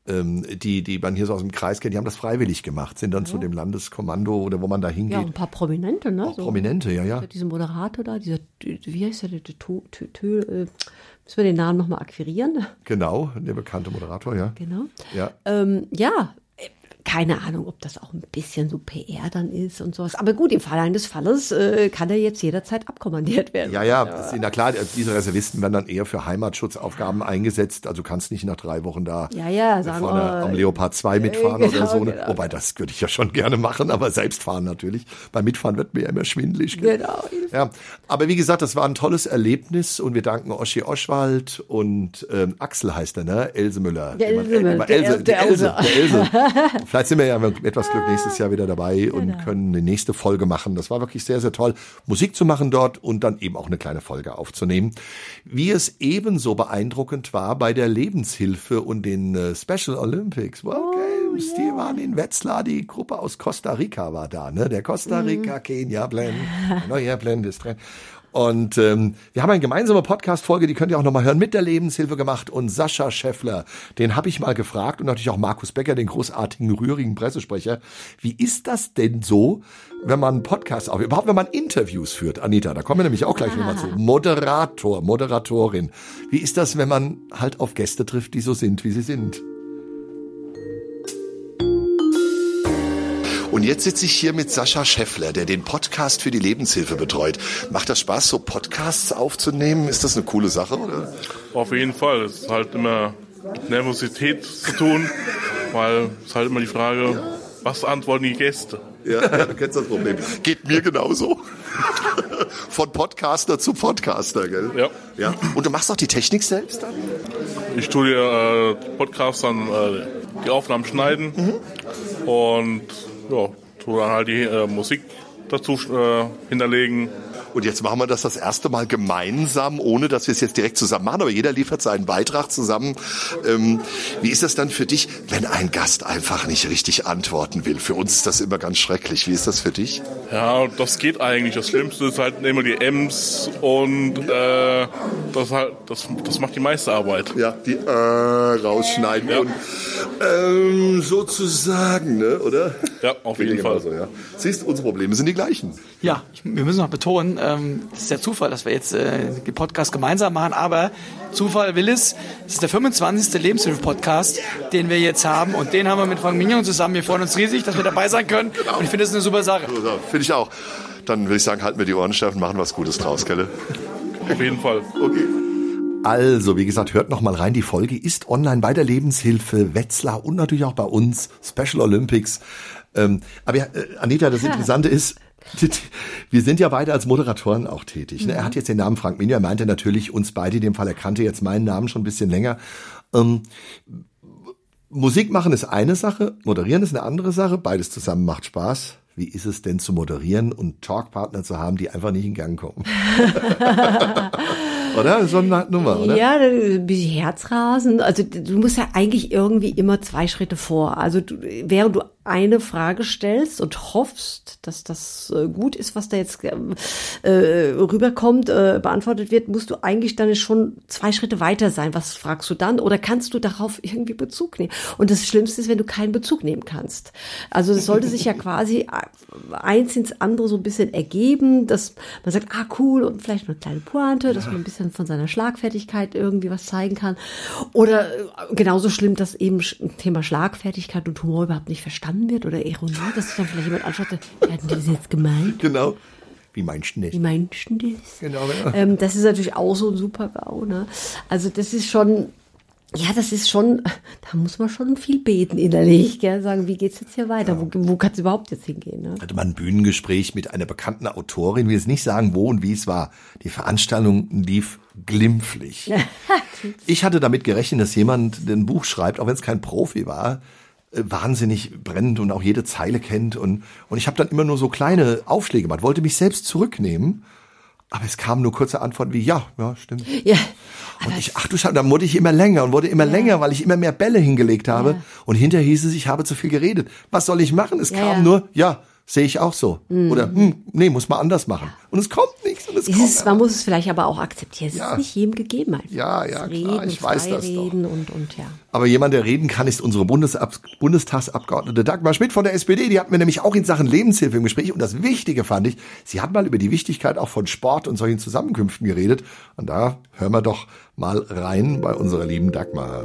die, die man hier so aus dem Kreis kennt, die haben das freiwillig gemacht, sind dann ja. zu dem Landeskommando oder wo man da hingeht. Ja, ein paar Prominente, ne? Auch so. Prominente, ja, ja. Dieser Moderator da, dieser, wie heißt der, der, der, der, der, der müssen wir den Namen nochmal akquirieren? Genau, der bekannte Moderator, ja. Genau. Ja. Ähm, ja, keine Ahnung, ob das auch ein bisschen so P R dann ist und sowas. Aber gut, im Fall eines Falles äh, kann er jetzt jederzeit abkommandiert werden. Ja, ja, ja. Na klar, diese Reservisten werden dann eher für Heimatschutzaufgaben eingesetzt. Also kannst nicht nach drei Wochen da ja, ja, sagen, vorne oh, am Leopard zwei mitfahren äh, genau, oder so. Ne? Genau. Wobei, das würde ich ja schon gerne machen, aber selbst fahren natürlich. Beim Mitfahren wird mir ja immer schwindelig. Genau. Ja, aber wie gesagt, das war ein tolles Erlebnis und wir danken Oschi Oschwald und ähm, Axel heißt er, ne? Else Müller. Der Else Müller. Der Else, der Else. Der Else. Vielleicht sind wir ja mit etwas Glück nächstes Jahr wieder dabei und genau. können eine nächste Folge machen. Das war wirklich sehr, sehr toll, Musik zu machen dort und dann eben auch eine kleine Folge aufzunehmen. Wie es ebenso beeindruckend war bei der Lebenshilfe und den äh, Special Olympics. Okay, oh, yeah. Die waren in Wetzlar, die Gruppe aus Costa Rica war da, ne? Der Costa Rica, mhm. Kenia Blend, neuer Blend ist drin. Und ähm, wir haben eine gemeinsame Podcast-Folge, die könnt ihr auch nochmal hören, mit der Lebenshilfe gemacht. Und Sascha Schäffler, den habe ich mal gefragt und natürlich auch Markus Becker, den großartigen, rührigen Pressesprecher. Wie ist das denn so, wenn man einen Podcast aufnimmt, überhaupt wenn man Interviews führt? Anita, da kommen wir nämlich auch gleich ah. nochmal zu. Moderator, Moderatorin. Wie ist das, wenn man halt auf Gäste trifft, die so sind, wie sie sind? Und jetzt sitze ich hier mit Sascha Schäffler, der den Podcast für die Lebenshilfe betreut. Macht das Spaß, so Podcasts aufzunehmen? Ist das eine coole Sache, oder? Auf jeden Fall. Es ist halt immer mit Nervosität zu tun, weil es halt immer die Frage, was antworten die Gäste? Ja, ja, du kennst das Problem. Geht mir genauso. Von Podcaster zu Podcaster, gell? Ja. Ja. Und du machst auch die Technik selbst dann? Ich tue dir äh, Podcasts dann äh, die Aufnahmen schneiden mhm. und ja, tue dann halt die äh, Musik dazu äh, hinterlegen. Und jetzt machen wir das das erste Mal gemeinsam, ohne dass wir es jetzt direkt zusammen machen, aber jeder liefert seinen Beitrag zusammen. Ähm, wie ist das dann für dich, wenn ein Gast einfach nicht richtig antworten will? Für uns ist das immer ganz schrecklich. Wie ist das für dich? Ja, das geht eigentlich. Das Schlimmste ist halt immer die Ems und äh, das, halt, das, das macht die meiste Arbeit. Ja, die äh, rausschneiden ja. und ähm, sozusagen, ne, oder? Ja, auf jeden Fall. So, ja. Siehst, unsere Probleme sind die gleichen. Ja, ich, wir müssen noch betonen, ähm, es ist der Zufall, dass wir jetzt äh, den Podcast gemeinsam machen, aber Zufall will es, es ist der fünfundzwanzigste Lebenshilfe-Podcast, den wir jetzt haben und den haben wir mit Frank Mignon zusammen. Wir freuen uns riesig, dass wir dabei sein können und ich finde, das ist eine super Sache. So, so, finde ich auch. Dann würde ich sagen, halten wir die Ohren steif und machen was Gutes draus, gell? Auf jeden Fall. Okay. Also, wie gesagt, hört noch mal rein. Die Folge ist online bei der Lebenshilfe Wetzlar und natürlich auch bei uns, Special Olympics. Ähm, aber ja, äh, Anita, das Interessante ist, wir sind ja beide als Moderatoren auch tätig. Ne? Er hat jetzt den Namen Frank Mignon, er meinte natürlich uns beide in dem Fall, er kannte jetzt meinen Namen schon ein bisschen länger. Ähm, Musik machen ist eine Sache, moderieren ist eine andere Sache, beides zusammen macht Spaß. Wie ist es denn zu moderieren und Talkpartner zu haben, die einfach nicht in Gang kommen? Oder? So eine Nummer, oder? Ja, ein bisschen Herzrasen. Also du musst ja eigentlich irgendwie immer zwei Schritte vor. Also du, während du eine Frage stellst und hoffst, dass das äh, gut ist, was da jetzt äh, rüberkommt, äh, beantwortet wird, musst du eigentlich dann schon zwei Schritte weiter sein. Was fragst du dann? Oder kannst du darauf irgendwie Bezug nehmen? Und das Schlimmste ist, wenn du keinen Bezug nehmen kannst. Also es sollte sich ja quasi eins ins andere so ein bisschen ergeben, dass man sagt, ah cool, und vielleicht eine kleine Pointe, dass man ein bisschen von seiner Schlagfertigkeit irgendwie was zeigen kann. Oder genauso schlimm, dass eben ein Thema Schlagfertigkeit und Humor überhaupt nicht verstanden wird oder Ironie, dass sich dann vielleicht jemand anschaut, wie hatten die das jetzt gemeint? Genau. Wie meinst du das? Wie meinst du das? Genau, ja. Ähm, das ist natürlich auch so ein Super-GAU, ne? Also das ist schon, ja, das ist schon, da muss man schon viel beten innerlich, gell? Sagen, wie geht's jetzt hier weiter? Ja. Wo, wo kann es überhaupt jetzt hingehen? Ne? Hatte man ein Bühnengespräch mit einer bekannten Autorin, ich will jetzt nicht sagen, wo und wie es war. Die Veranstaltung lief glimpflich. Ich hatte damit gerechnet, dass jemand ein Buch schreibt, auch wenn es kein Profi war, wahnsinnig brennend und auch jede Zeile kennt. Und, und ich habe dann immer nur so kleine Aufschläge gemacht, wollte mich selbst zurücknehmen. Aber es kam nur kurze Antworten wie, ja, ja, stimmt. Ja. Und ich, ach du Scheiße, dann wurde ich immer länger und wurde immer ja. länger, weil ich immer mehr Bälle hingelegt habe. Ja. Und hinterher hieß es, ich habe zu viel geredet. Was soll ich machen? Es ja, kam ja. nur, ja, sehe ich auch so. Mhm. Oder, hm, nee, muss man anders machen. Und es kommt nichts. Und es kommt ist, man muss es vielleicht aber auch akzeptieren. Es ja. ist nicht jedem gegeben. Halt. Ja, ja, das klar, Reden, ich weiß das doch. Und, und, ja. Aber jemand, der reden kann, ist unsere Bundesab- Bundestagsabgeordnete Dagmar Schmidt von der S P D. Die hatten wir nämlich auch in Sachen Lebenshilfe im Gespräch. Und das Wichtige fand ich, sie hat mal über die Wichtigkeit auch von Sport und solchen Zusammenkünften geredet. Und da hören wir doch mal rein bei unserer lieben Dagmar.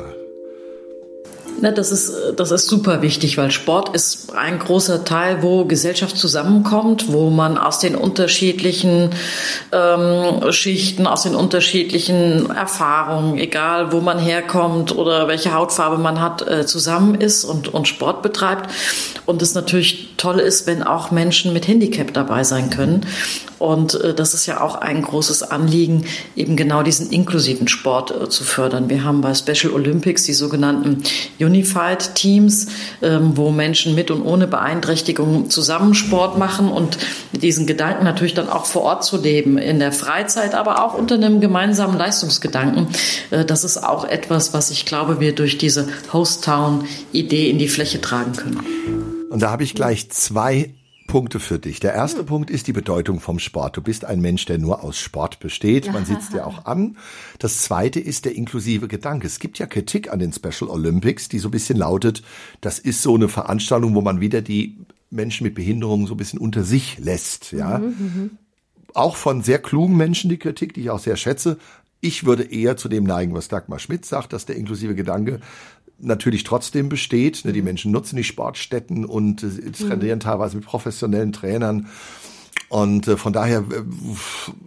Ne, das ist, das ist super wichtig, weil Sport ist ein großer Teil, wo Gesellschaft zusammenkommt, wo man aus den unterschiedlichen ähm, Schichten, aus den unterschiedlichen Erfahrungen, egal wo man herkommt oder welche Hautfarbe man hat, äh, zusammen ist und, und Sport betreibt. Und es natürlich toll ist, wenn auch Menschen mit Handicap dabei sein können. Und äh, das ist ja auch ein großes Anliegen, eben genau diesen inklusiven Sport äh, zu fördern. Wir haben bei Special Olympics die sogenannten Unified Teams, ähm, wo Menschen mit und ohne Beeinträchtigung zusammen Sport machen und diesen Gedanken natürlich dann auch vor Ort zu leben, in der Freizeit, aber auch unter einem gemeinsamen Leistungsgedanken. Äh, das ist auch etwas, was ich glaube, wir durch diese Host-Town-Idee in die Fläche tragen können. Und da habe ich gleich zwei Punkte für dich. Der erste hm. Punkt ist die Bedeutung vom Sport. Du bist ein Mensch, der nur aus Sport besteht. Man sieht es dir auch an. Das zweite ist der inklusive Gedanke. Es gibt ja Kritik an den Special Olympics, die so ein bisschen lautet, das ist so eine Veranstaltung, wo man wieder die Menschen mit Behinderungen so ein bisschen unter sich lässt. Ja, mhm, auch von sehr klugen Menschen die Kritik, die ich auch sehr schätze. Ich würde eher zu dem neigen, was Dagmar Schmidt sagt, dass der inklusive Gedanke natürlich trotzdem besteht. Die Menschen nutzen die Sportstätten und trainieren teilweise mit professionellen Trainern. Und von daher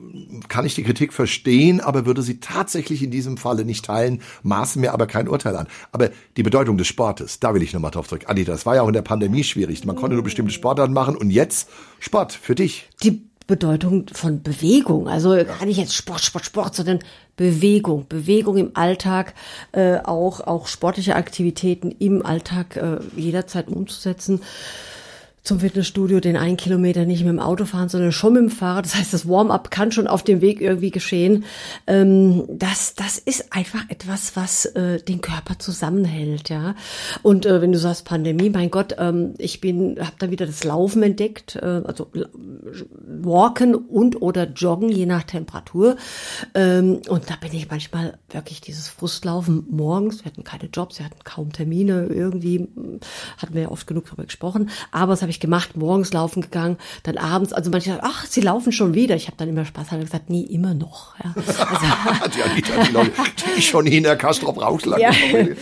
kann ich die Kritik verstehen, aber würde sie tatsächlich in diesem Falle nicht teilen, maße mir aber kein Urteil an. Aber die Bedeutung des Sportes, da will ich nochmal drauf zurück. Anita, das war ja auch in der Pandemie schwierig. Man konnte nur bestimmte Sportarten machen und jetzt Sport für dich. Die Bedeutung von Bewegung, also ja. gar nicht jetzt Sport, Sport, Sport, sondern Bewegung, Bewegung im Alltag, äh, auch auch sportliche Aktivitäten im Alltag äh, jederzeit umzusetzen. Zum Fitnessstudio den einen Kilometer nicht mit dem Auto fahren, sondern schon mit dem Fahrrad. Das heißt, das Warm-up kann schon auf dem Weg irgendwie geschehen. Ähm, das, das ist einfach etwas, was äh, den Körper zusammenhält, ja. Und äh, wenn du sagst Pandemie, mein Gott, ähm, ich bin, habe dann wieder das Laufen entdeckt, äh, also Walken und oder Joggen je nach Temperatur. Ähm, und da bin ich manchmal wirklich dieses Frustlaufen morgens. Wir hatten keine Jobs, wir hatten kaum Termine, irgendwie hatten wir ja oft genug darüber gesprochen. Aber das habe ich gemacht, morgens laufen gegangen, dann abends, also manche sagen, ach, sie laufen schon wieder. Ich habe dann immer Spaß, habe gesagt, nie, immer noch. Ja. Also, die Anita, die, Leute, die schon hinter Kastrop rauslang. Ja.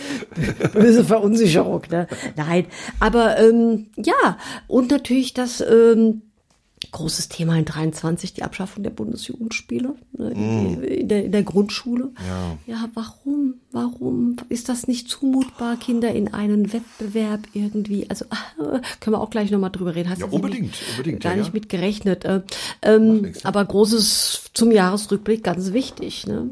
Böse Verunsicherung, ne? Nein, aber ähm, ja, und natürlich das ähm, großes Thema in dreiundzwanzig, die Abschaffung der Bundesjugendspiele ne, mm. in, der, in der Grundschule. Ja. ja, warum? Warum ist das nicht zumutbar, Kinder in einen Wettbewerb irgendwie? Also äh, können wir auch gleich nochmal drüber reden. Hast ja, du unbedingt, unbedingt. Gar ja, nicht ja. mit gerechnet. Äh, ähm, nichts, ja. Aber großes zum Jahresrückblick, ganz wichtig. Ne?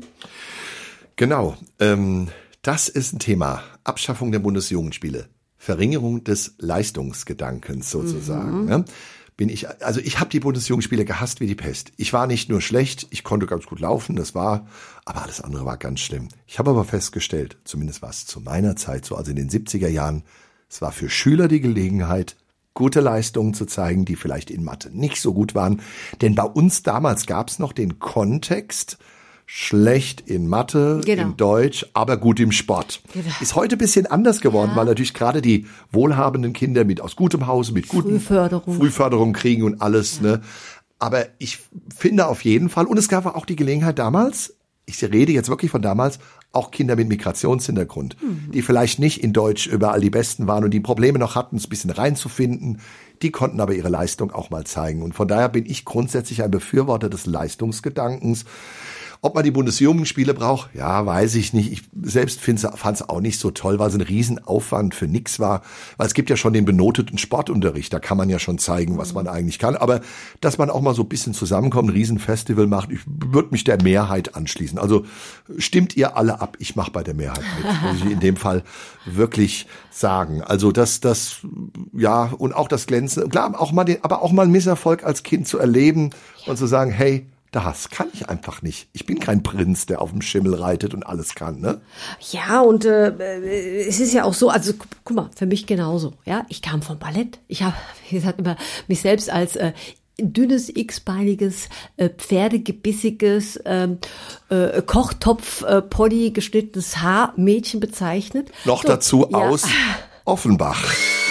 Genau. Ähm, das ist ein Thema. Abschaffung der Bundesjugendspiele. Verringerung des Leistungsgedankens sozusagen. Mhm. Ne? Bin ich, also ich habe die Bundesjugendspiele gehasst wie die Pest. Ich war nicht nur schlecht, ich konnte ganz gut laufen, das war, aber alles andere war ganz schlimm. Ich habe aber festgestellt, zumindest war es zu meiner Zeit so, also in den siebziger Jahren, es war für Schüler die Gelegenheit, gute Leistungen zu zeigen, die vielleicht in Mathe nicht so gut waren. Denn bei uns damals gab es noch den Kontext, schlecht in Mathe, genau. in Deutsch, aber gut im Sport. Genau. Ist heute ein bisschen anders geworden, ja. weil natürlich gerade die wohlhabenden Kinder mit aus gutem Hause, mit guten Frühförderung, Frühförderung kriegen und alles. Ja. Ne? Aber ich finde auf jeden Fall, und es gab auch die Gelegenheit damals, ich rede jetzt wirklich von damals, auch Kinder mit Migrationshintergrund, mhm. die vielleicht nicht in Deutsch überall die Besten waren und die Probleme noch hatten, es ein bisschen reinzufinden, die konnten aber ihre Leistung auch mal zeigen. Und von daher bin ich grundsätzlich ein Befürworter des Leistungsgedankens. Ob man die Bundesjugendspiele braucht, ja, weiß ich nicht. Ich selbst fand es auch nicht so toll, weil es ein Riesenaufwand für nix war. Weil es gibt ja schon den benoteten Sportunterricht, da kann man ja schon zeigen, was man eigentlich kann. Aber dass man auch mal so ein bisschen zusammenkommt, ein Riesenfestival macht, ich würde mich der Mehrheit anschließen. Also stimmt ihr alle ab, ich mache bei der Mehrheit mit, muss ich in dem Fall wirklich sagen. Also das, das, ja, und auch das Glänzen, klar, auch mal den, aber auch mal einen Misserfolg als Kind zu erleben und zu sagen, hey, das kann ich einfach nicht. Ich bin kein Prinz, der auf dem Schimmel reitet und alles kann, ne? Ja, und äh, es ist ja auch so, also gu- guck mal, für mich genauso. Ja, ich kam vom Ballett. Ich habe, wie gesagt, immer mich selbst als äh, dünnes, x-beiniges, äh, pferdegebissiges, ähm, äh, Kochtopf, äh, Pony geschnittenes Haar-Mädchen bezeichnet. Noch so, dazu ja. aus Offenbach.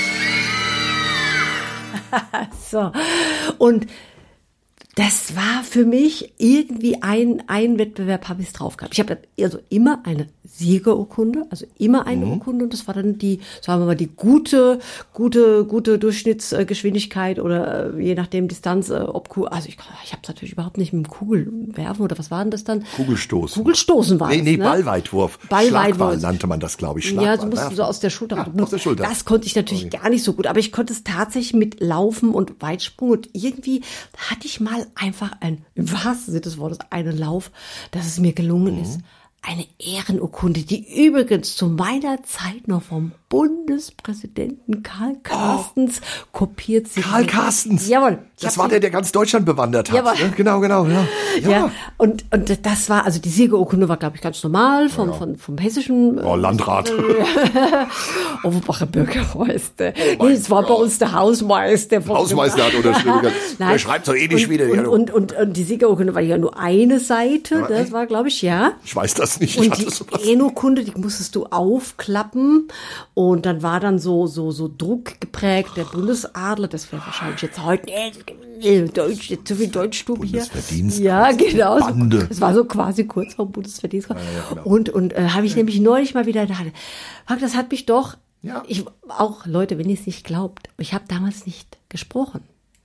So, und das war für mich irgendwie ein, ein Wettbewerb, habe ich es drauf gehabt. Ich habe also immer eine Siegerurkunde, also immer eine mhm. Urkunde, und das war dann die, sagen wir mal, die gute, gute, gute Durchschnittsgeschwindigkeit oder äh, je nachdem Distanz, äh, ob, also ich, ich habe es natürlich überhaupt nicht mit dem Kugelwerfen oder was war denn das dann? Kugelstoßen. Kugelstoßen war nee, es, nee, ne? Ballweitwurf. Ballweitwurf. Schlagwahl nannte man das, glaube ich. Schlagwahl. Ja, so musst du so aus der Schulter. Ja, aus der Schulter. Das konnte ich natürlich okay. gar nicht so gut, aber ich konnte es tatsächlich mit Laufen und Weitsprung und irgendwie hatte ich mal einfach ein, im wahrsten Sinne des Wortes, einen Lauf, dass es mir gelungen mhm. ist. Eine Ehrenurkunde, die übrigens zu meiner Zeit noch vom Bundespräsidenten Karl Carstens oh. kopiert sie. Karl Carstens? Jawohl. Das war der, der ganz Deutschland bewandert hat. Jawohl. Ne? Genau, genau. Ja, ja. ja. Und, und das war, also die Siegerurkunde war, glaube ich, ganz normal vom, ja. vom, vom hessischen. Oh, Landrat. Overbacher Bürgermeister. Oh nee, es war bei uns der Hausmeister. Hausmeister hat unterschrieben. Der schreibt so ähnlich und, wieder. Und, und, und, und die Siegerurkunde war ja nur eine Seite. Ja, das war, glaube ich, ja. Ich weiß das nicht. Und die Ehrenurkunde, die musstest du aufklappen. Und dann war dann so, so, so Druck geprägt, der Bundesadler, das wäre wahrscheinlich jetzt heute, äh, Deutsch, jetzt so viel Deutschstube hier. Bundesverdienst. Ja, genau. Bande. Das war so quasi kurz vor dem Bundesverdienst. Ja, ja, genau. Und, und, äh, habe ich ja. nämlich neulich mal wieder gedacht, das hat mich doch, ja. ich, auch Leute, wenn ihr es nicht glaubt, ich habe damals nicht gesprochen.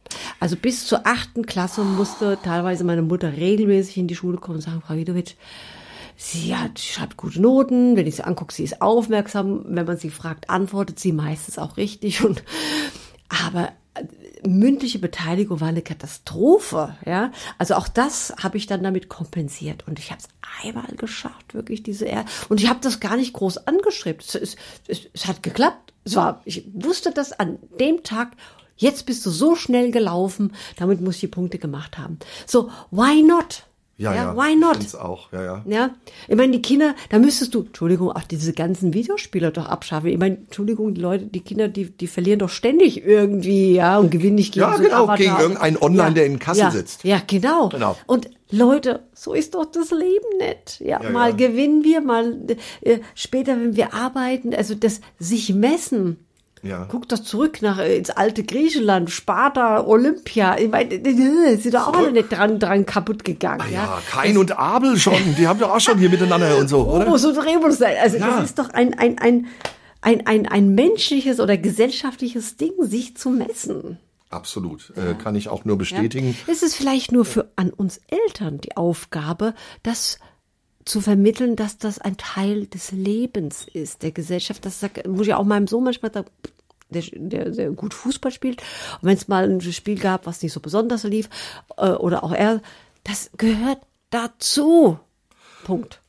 Also bis zur achten Klasse musste teilweise meine Mutter regelmäßig in die Schule kommen und sagen, Frau Wiedowitsch, sie hat, schreibt gute Noten, wenn ich sie angucke, sie ist aufmerksam, wenn man sie fragt, antwortet sie meistens auch richtig. Und aber mündliche Beteiligung war eine Katastrophe, ja. Also auch das habe ich dann damit kompensiert und ich habe es einmal geschafft, wirklich diese R. Und ich habe das gar nicht groß angeschrieben. Es, es, es, es hat geklappt. Es war, ich wusste das an dem Tag. Jetzt bist du so schnell gelaufen, damit muss ich die Punkte gemacht haben. So, why not? Ja, ja, why not? Ich auch, ja, ja. Ja, ich meine, die Kinder, da müsstest du, Entschuldigung, auch diese ganzen Videospiele doch abschaffen. Ich meine, Entschuldigung, die Leute, die Kinder, die, die verlieren doch ständig irgendwie, ja, und gewinnen nicht gegen ja, so genau, Avatar. gegen irgendeinen Online, ja, der in den Kassen ja, sitzt. Ja, genau. genau. Und Leute, so ist doch das Leben nicht. Ja, ja mal ja. gewinnen wir, mal äh, später, wenn wir arbeiten, also das sich messen. Ja. Guck doch zurück nach ins alte Griechenland, Sparta, Olympia. Ich meine, die sind doch auch alle nicht dran, dran kaputt gegangen. Ah, ja, ja, Kain das, und Abel schon, die haben doch auch schon hier miteinander und so, oder? Homo und Rebus. Also ja. das ist doch ein, ein, ein, ein, ein, ein menschliches oder gesellschaftliches Ding, sich zu messen. Absolut, ja. äh, kann ich auch nur bestätigen. Ja. Es ist vielleicht nur für an uns Eltern die Aufgabe, das zu vermitteln, dass das ein Teil des Lebens ist, der Gesellschaft. Das muss ich auch meinem Sohn manchmal sagen, der, der, der gut Fußball spielt. Und wenn es mal ein Spiel gab, was nicht so besonders lief, äh, oder auch er, das gehört dazu. Punkt.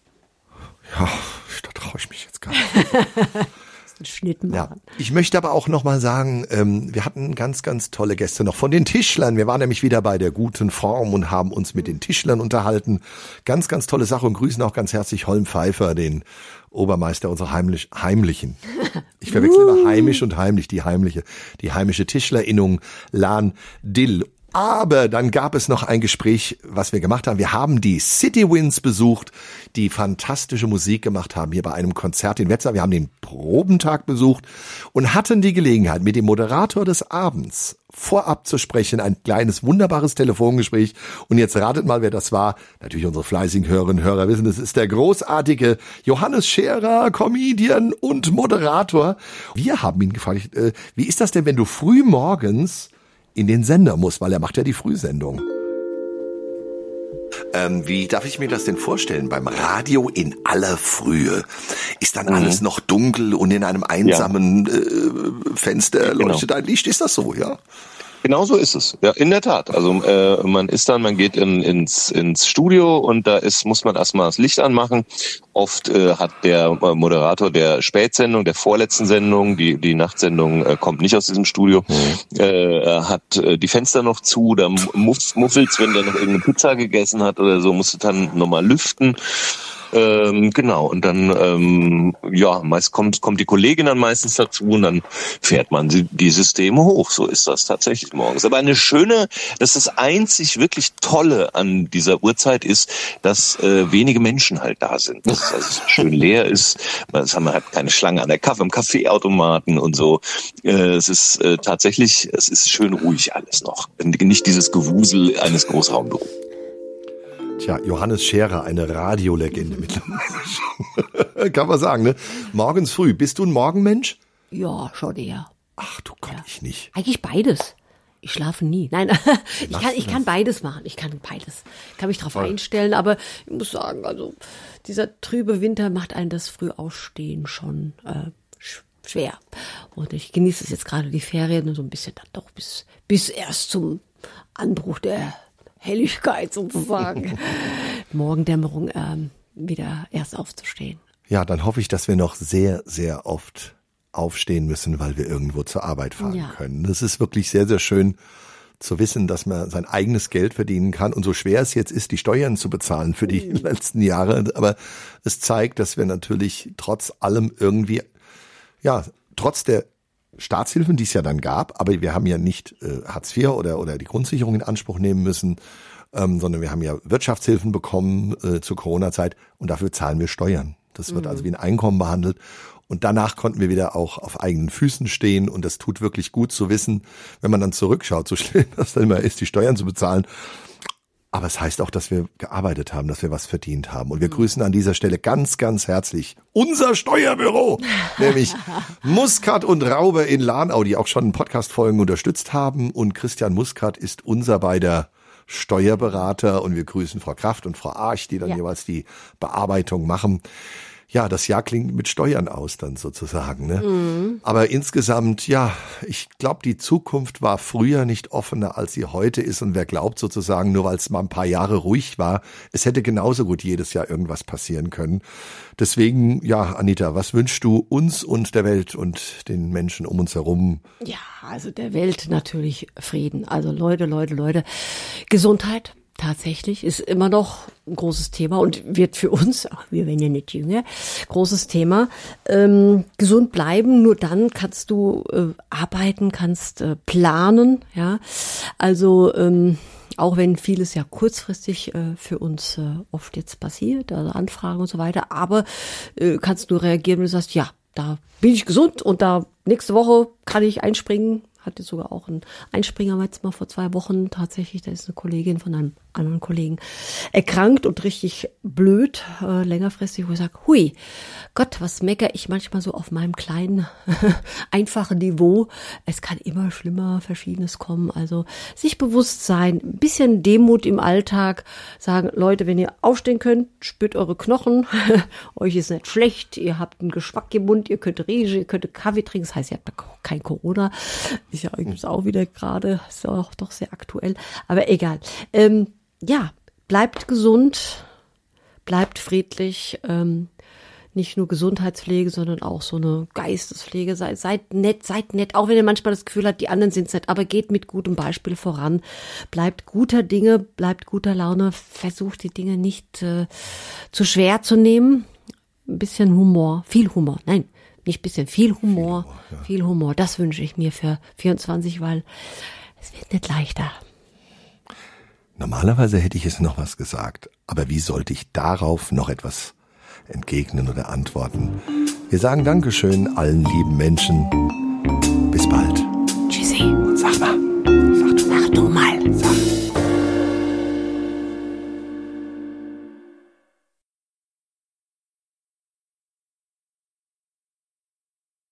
Ja, da traue ich mich jetzt gar nicht. Schnitt machen. Ja. Ich möchte aber auch noch mal sagen, ähm, wir hatten ganz, ganz tolle Gäste noch von den Tischlern. Wir waren nämlich wieder bei der guten Form und haben uns mit den Tischlern unterhalten. Ganz, ganz tolle Sache und grüßen auch ganz herzlich Holm Pfeiffer, den Obermeister unserer heimlich, heimlichen. Ich verwechsel immer heimisch und heimlich, die heimliche, die heimische Tischlerinnung Lahn Dill. Aber dann gab es noch ein Gespräch, was wir gemacht haben. Wir haben die City Winds besucht, die fantastische Musik gemacht haben hier bei einem Konzert in Wetzlar. Wir haben den Probentag besucht und hatten die Gelegenheit, mit dem Moderator des Abends vorab zu sprechen. Ein kleines, wunderbares Telefongespräch. Und jetzt ratet mal, wer das war. Natürlich unsere fleißigen Hörerinnen und Hörer wissen, es ist der großartige Johannes Scherer, Comedian und Moderator. Wir haben ihn gefragt, äh, wie ist das denn, wenn du früh morgens in den Sender muss, weil er macht ja die Frühsendung. Ähm, wie darf ich mir das denn vorstellen? Beim Radio in aller Frühe ist dann mhm. alles noch dunkel und in einem einsamen ja. äh, Fenster leuchtet genau. ein Licht. Ist das so, ja? Genau so ist es, ja, in der Tat. Also äh, man ist dann, man geht in, ins, ins Studio und da ist, muss man erstmal das Licht anmachen. Oft äh, hat der Moderator der Spätsendung, der vorletzten Sendung, die die Nachtsendung äh, kommt nicht aus diesem Studio, mhm. äh, hat äh, die Fenster noch zu, da muff, muffelt's, wenn der noch irgendeine Pizza gegessen hat oder so, musst du dann nochmal lüften. Ähm, genau, und dann, ähm, ja, meist kommt, kommt die Kollegin dann meistens dazu und dann fährt man die, die Systeme hoch. So ist das tatsächlich morgens. Aber eine schöne, das ist das einzig wirklich Tolle an dieser Uhrzeit ist, dass äh, wenige Menschen halt da sind. Dass es also schön leer ist. Man hat keine Schlange an der Kaffee, am Kaffeeautomaten und so. Äh, es ist äh, tatsächlich, es ist schön ruhig alles noch. Nicht dieses Gewusel eines Großraumbüros. Tja, Johannes Scherer, eine Radiolegende mittlerweile. Kann man sagen, ne? Morgens früh. Bist du ein Morgenmensch? Ja, schon eher. Ach du Gott, ja. Ich nicht. Eigentlich beides. Ich schlafe nie. Nein, ich kann, ich kann beides machen. Ich kann beides. Ich kann mich darauf einstellen, aber ich muss sagen, also dieser trübe Winter macht einen das Frühaufstehen schon äh, schwer. Und ich genieße es jetzt gerade die Ferien so ein bisschen dann doch bis, bis erst zum Anbruch der Helligkeit sozusagen, Morgendämmerung ähm, wieder erst aufzustehen. Ja, dann hoffe ich, dass wir noch sehr, sehr oft aufstehen müssen, weil wir irgendwo zur Arbeit fahren ja. können. Das ist wirklich sehr, sehr schön zu wissen, dass man sein eigenes Geld verdienen kann. Und so schwer es jetzt ist, die Steuern zu bezahlen für die mhm. letzten Jahre. Aber es zeigt, dass wir natürlich trotz allem irgendwie, ja, trotz der Staatshilfen, die es ja dann gab, aber wir haben ja nicht äh, Hartz vier oder oder die Grundsicherung in Anspruch nehmen müssen, ähm, sondern wir haben ja Wirtschaftshilfen bekommen äh, zur Corona-Zeit und dafür zahlen wir Steuern. Das wird mhm. also wie ein Einkommen behandelt und danach konnten wir wieder auch auf eigenen Füßen stehen und das tut wirklich gut zu wissen, wenn man dann zurückschaut, so schlimm das dann immer ist, die Steuern zu bezahlen. Aber es heißt auch, dass wir gearbeitet haben, dass wir was verdient haben. Und wir grüßen an dieser Stelle ganz, ganz herzlich unser Steuerbüro, nämlich Muscat und Raube in Lahnau, die auch schon Podcast-Folgen unterstützt haben. Und Christian Muscat ist unser beider Steuerberater. Und wir grüßen Frau Kraft und Frau Arch, die dann ja. jeweils die Bearbeitung machen. Ja, das Jahr klingt mit Steuern aus dann sozusagen. Ne? Mhm. Aber insgesamt, ja, ich glaube, die Zukunft war früher nicht offener, als sie heute ist. Und wer glaubt sozusagen, nur weil es mal ein paar Jahre ruhig war, es hätte genauso gut jedes Jahr irgendwas passieren können. Deswegen, ja, Anita, was wünschst du uns und der Welt und den Menschen um uns herum? Ja, also der Welt natürlich Frieden. Also Leute, Leute, Leute, Gesundheit. Tatsächlich ist immer noch ein großes Thema und wird für uns, ach, wir werden ja nicht jünger, großes Thema. Ähm, gesund bleiben, nur dann kannst du äh, arbeiten, kannst äh, planen, ja. Also ähm, auch wenn vieles ja kurzfristig äh, für uns äh, oft jetzt passiert, also Anfragen und so weiter, aber äh, kannst du reagieren, wenn du sagst, ja, da bin ich gesund und da nächste Woche kann ich einspringen. Hatte sogar auch einen Einspringer jetzt mal vor zwei Wochen tatsächlich. Da ist eine Kollegin von einem anderen Kollegen erkrankt und richtig blöd, äh, längerfristig, wo ich sage, hui, Gott, was meckere ich manchmal so auf meinem kleinen, einfachen Niveau. Es kann immer schlimmer, Verschiedenes kommen. Also sich bewusst sein, ein bisschen Demut im Alltag, sagen, Leute, wenn ihr aufstehen könnt, spürt eure Knochen, euch ist nicht schlecht, ihr habt einen Geschmack im Mund, ihr könnt riechen, ihr könnt Kaffee trinken, das heißt, ihr habt kein Corona. Ist ja übrigens auch wieder gerade, ist auch doch sehr aktuell, aber egal. Ähm, ja, bleibt gesund, bleibt friedlich, ähm, nicht nur Gesundheitspflege, sondern auch so eine Geistespflege. Seid, seid nett, seid nett, auch wenn ihr manchmal das Gefühl habt, die anderen sind nett, aber geht mit gutem Beispiel voran. Bleibt guter Dinge, bleibt guter Laune, versucht die Dinge nicht äh, zu schwer zu nehmen. Ein bisschen Humor, viel Humor, nein, nicht bisschen, viel Humor, viel Humor, ja. viel Humor. Das wünsche ich mir für vierundzwanzig, weil es wird nicht leichter. Normalerweise hätte ich es noch was gesagt, aber wie sollte ich darauf noch etwas entgegnen oder antworten? Wir sagen Dankeschön allen lieben Menschen,